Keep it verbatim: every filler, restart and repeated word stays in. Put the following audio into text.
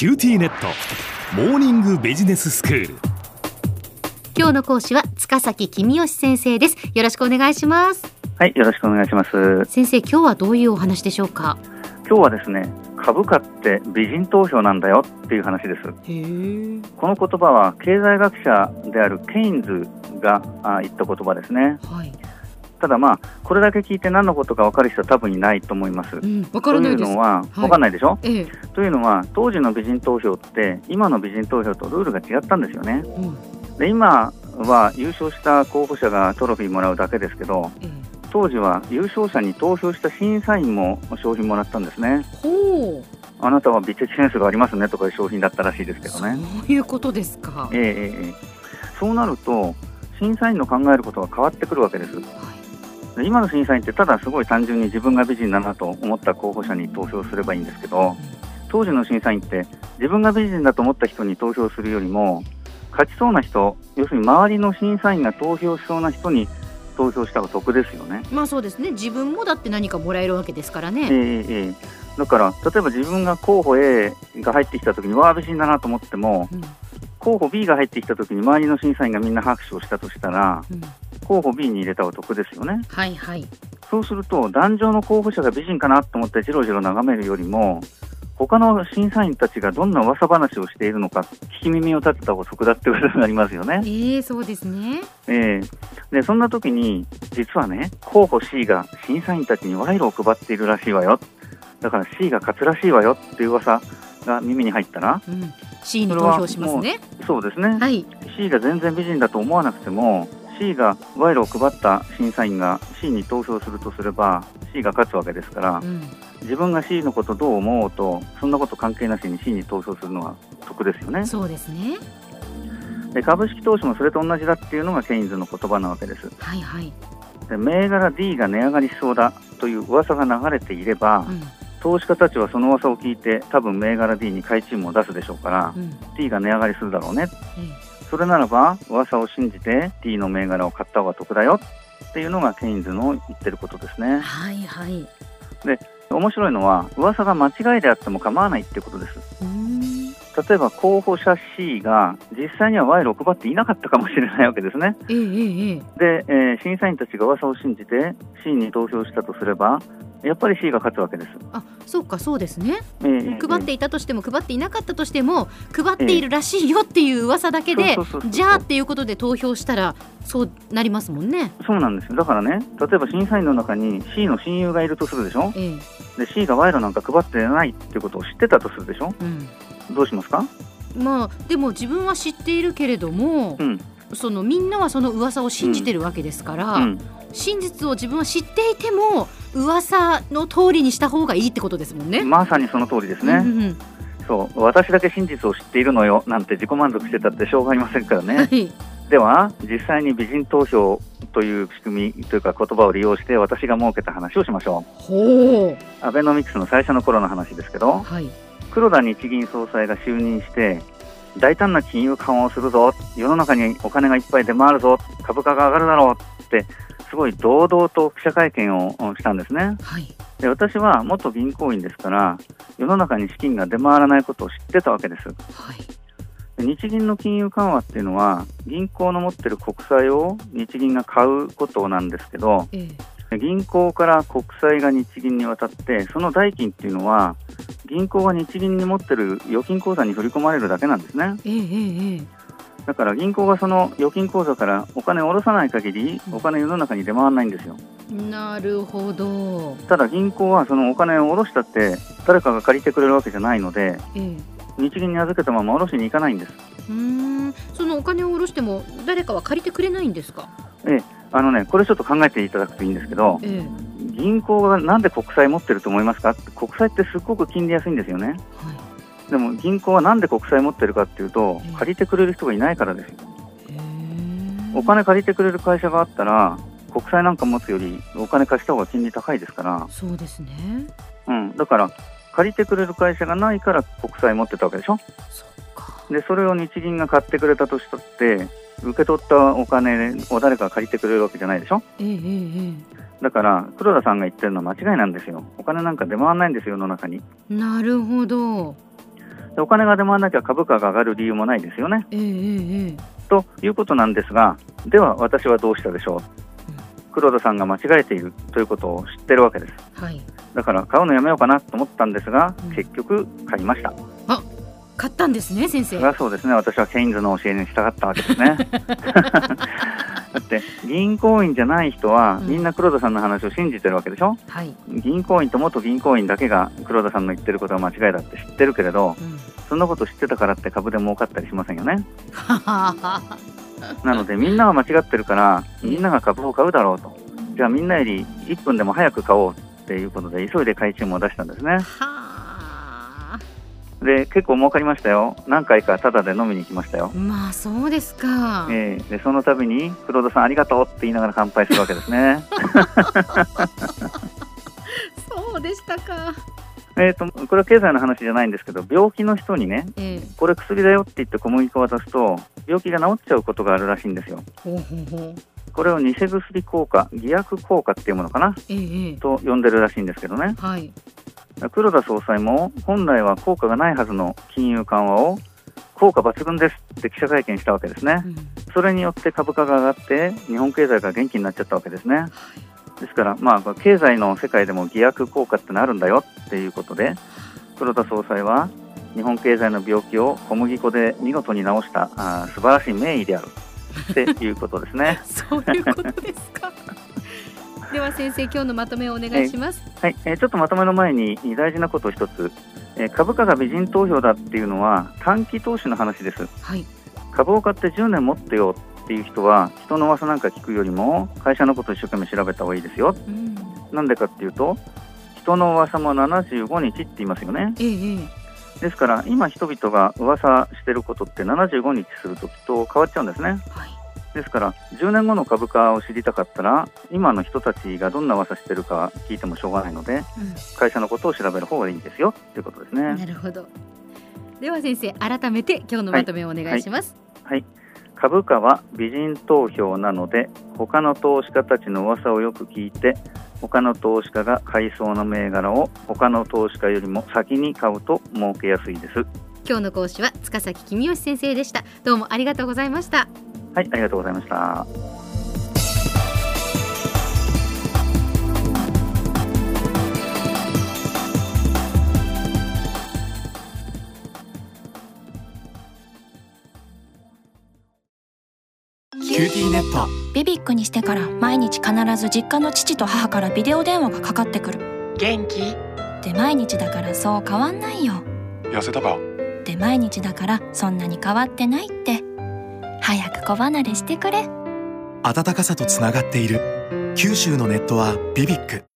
キューティーネットモーニングビジネススクール。 今日の講師は塚崎君吉先生です。よろしくお願いします。 はい、よろしくお願いします。 先生、今日はどういうお話でしょうか？ 今日はですね、株価って美人投票なんだよっていう話です。 へー。 この言葉は経済学者であるケインズが言った言葉ですね。 はい。 ただまあこれだけ聞いて何のことか分かる人は多分いないと思います。 うん、分からないです。 というのは、 はい、 分かんないでしょ、 ええ、 というのは当時の美人投票って今の美人投票とルールが違ったんですよね。 うん、 で今は優勝した候補者がトロフィーもらうだけですけど、 ええ、 当時は優勝者に投票した審査員も賞品もらったんですね。 ほう。 あなたは美的センスがありますねとかいう商品だったらしいですけどね。 そういうことですか。 えーえー、そうなると審査員の考えることが変わってくるわけです。 はい。 で今の審査員ってただすごい単純に自分が美人だなと思った候補者に投票すればいいんですけど、当時の審査員って自分が美人だと思った人に投票するよりも勝ちそうな人、要するに周りの審査員が投票しそうな人に投票した方が得ですよね。 まあそうですね。自分もだって何かもらえるわけですからね。 えーえー、だから例えば自分が候補 A が入ってきた時にわあ美人だなと思っても、うん、候補 B が入ってきた時に周りの審査員がみんな拍手をしたとしたら、うん、候補 B に入れた方が得ですよね。 はいはい。 そうすると壇上の候補者が美人かなと思ってじろじろ眺めるよりも他の審査員たちがどんな噂話をしているのか聞き耳を立てた方が得だってことになりますよね。 えー、そうですね。 えー、でそんな時に実はね、候補 C が審査員たちに賄賂を配っているらしいわよ、だから C が勝つらしいわよっていう噂が耳に入ったら、 うん、C に投票しますね。 そうですね、 はい、 C が全然美人だと思わなくても C が賄賂を配った審査員が C に投票するとすれば C が勝つわけですから、うん、自分が C のことどう思おうとそんなこと関係なしに C に投票するのは得ですよね。 そうですね。 で株式投資もそれと同じだっていうのがケインズの言葉なわけです。 はいはい。 で銘柄 D が値上がりしそうだという噂が流れていれば、うん、投資家たちはその噂を聞いて多分銘柄 D に買い注文を出すでしょうから、うん、D が値上がりするだろうね、うん、それならば噂を信じて D の銘柄を買った方が得だよっていうのがケインズの言ってることですね。 はいはい。 で面白いのは噂が間違いであっても構わないってことです。うーん、例えば候補者 C が実際には賄賂を配っていなかったかもしれないわけですね。 えーえー、 で、えー、審査員たちが噂を信じて C に投票したとすればやっぱり C が勝つわけです。 あ、そうか、そうですね、 えー、 配っていたとしても配っていなかったとしても配っているらしいよっていう噂だけで、じゃあっていうことで投票したらそうなりますもんね。 そうなんですよ。だからね、例えば審査員の中に C の親友がいるとするでしょ、えー、で C が賄賂なんか配ってないっていうことを知ってたとするでしょ、うん、どうしますか？ まあでも自分は知っているけれども、うん、そのみんなはその噂を信じてるわけですから、うんうん、真実を自分は知っていても噂の通りにした方がいいってことですもんね。 まさにその通りですね、うんうん、そう私だけ真実を知っているのよなんて自己満足してたってしょうがありませんからね、はい、では実際に美人投票という仕組みというか言葉を利用して私が設けた話をしましょう。 ほう。 アベノミクスの最初の頃の話ですけど、 はい、 黒田日銀総裁が就任して大胆な金融緩和をするぞ、世の中にお金がいっぱい出回るぞ、株価が上がるだろうってすごい堂々と記者会見をしたんですね、はい、で私は元銀行員ですから世の中に資金が出回らないことを知ってたわけです、はい、で日銀の金融緩和っていうのは銀行の持っている国債を日銀が買うことなんですけど、ええ、銀行から国債が日銀に渡ってその代金っていうのは銀行が日銀に持っている預金口座に振り込まれるだけなんですね、ええええ、だから銀行がその預金口座からお金を下ろさない限りお金世の中に出回らないんですよ。 なるほど。 ただ銀行はそのお金を下ろしたって誰かが借りてくれるわけじゃないので、ええ、日銀に預けたまま下ろしに行かないんです。 うーん、そのお金を下ろしても誰かは借りてくれないんですか？ ええ、あのね、これちょっと考えていただくといいんですけど、ええ、銀行がなんで国債持ってると思いますか？国債ってすごく金利安いんですよね、はい、でも銀行はなんで国債持ってるかっていうと、ええ、借りてくれる人がいないからですよ。お金借りてくれる会社があったら国債なんか持つよりお金貸した方が金利高いですから。 そうですね、 うん、だから借りてくれる会社がないから国債持ってたわけでしょ。 そっか。 でそれを日銀が買ってくれたとしたって受け取ったお金を誰かが借りてくれるわけじゃないでしょ、ええええ、だから黒田さんが言ってるのは間違いなんですよ。お金なんか出回らないんですよ世の中に。 なるほど。 でお金が出回らなきゃ株価が上がる理由もないですよね、 えーえー、 ということなんですが、では私はどうしたでしょう、うん、黒田さんが間違えているということを知ってるわけです、はい、だから買うのやめようかなと思ったんですが、うん、結局買いました。 あ、買ったんですね先生。 それはそうですね、私はケインズの教えに従ったわけですねだって銀行員じゃない人はみんな黒田さんの話を信じてるわけでしょ、うん、はい、銀行員と元銀行員だけが黒田さんの言ってることが間違いだって知ってるけれど、うん、そんなこと知ってたからって株で儲かったりしませんよねなのでみんなが間違ってるからみんなが株を買うだろうと、じゃあみんなよりいっぷんでも早く買おうっていうことで急いで買い注文を出したんですね。で結構儲かりましたよ。何回かタダで飲みに行きましたよ。 まあそうですか、 えー、でその度に黒田さんありがとうって言いながら乾杯するわけですねそうでしたか。 えーとこれは経済の話じゃないんですけど、病気の人にね、えー、これ薬だよって言って小麦粉を渡すと病気が治っちゃうことがあるらしいんですよ。ほうほうほう。これを偽薬効果、偽薬効果っていうものかな、えー、と呼んでるらしいんですけどね、はい、黒田総裁も本来は効果がないはずの金融緩和を効果抜群ですって記者会見したわけですね、うん、それによって株価が上がって日本経済が元気になっちゃったわけですね、はい、ですから、まあ、経済の世界でも偽薬効果ってのあるんだよっていうことで、黒田総裁は日本経済の病気を小麦粉で見事に治したあ素晴らしい名医であるっていうことですねそういうことですかでは先生、今日のまとめをお願いします。 はい、えー、ちょっとまとめの前に大事なことを一つ、えー、株価が美人投票だっていうのは短期投資の話です、はい、株を買ってじゅうねん持ってよっていう人は人の噂なんか聞くよりも会社のことを一生懸命調べた方がいいですよ、うん、なんでかっていうと人の噂もななじゅうごにちって言いますよね、ええ、ですから今人々が噂してることってななじゅうごにちするときと変わっちゃうんですね、はい、ですからじゅうねんごの株価を知りたかったら今の人たちがどんな噂してるか聞いてもしょうがないので、うん、会社のことを調べる方がいいですよということですね。 なるほど。では先生、改めて今日のまとめをお願いします。 はいはいはい、株価は美人投票なので他の投資家たちの噂をよく聞いて他の投資家が買いそうな銘柄を他の投資家よりも先に買うと儲けやすいです。 今日の講師は塚崎公義先生でした。どうもありがとうございました。 はい、ありがとうございました。 キューティーネットビビックにしてから毎日必ず実家の父と母からビデオ電話がかかってくる。 元気？ で毎日だからそう変わんないよ。 痩せたか？ で毎日だからそんなに変わってないって。早く子離れしてくれ。 温かさとつながっている九州のネットはビビック。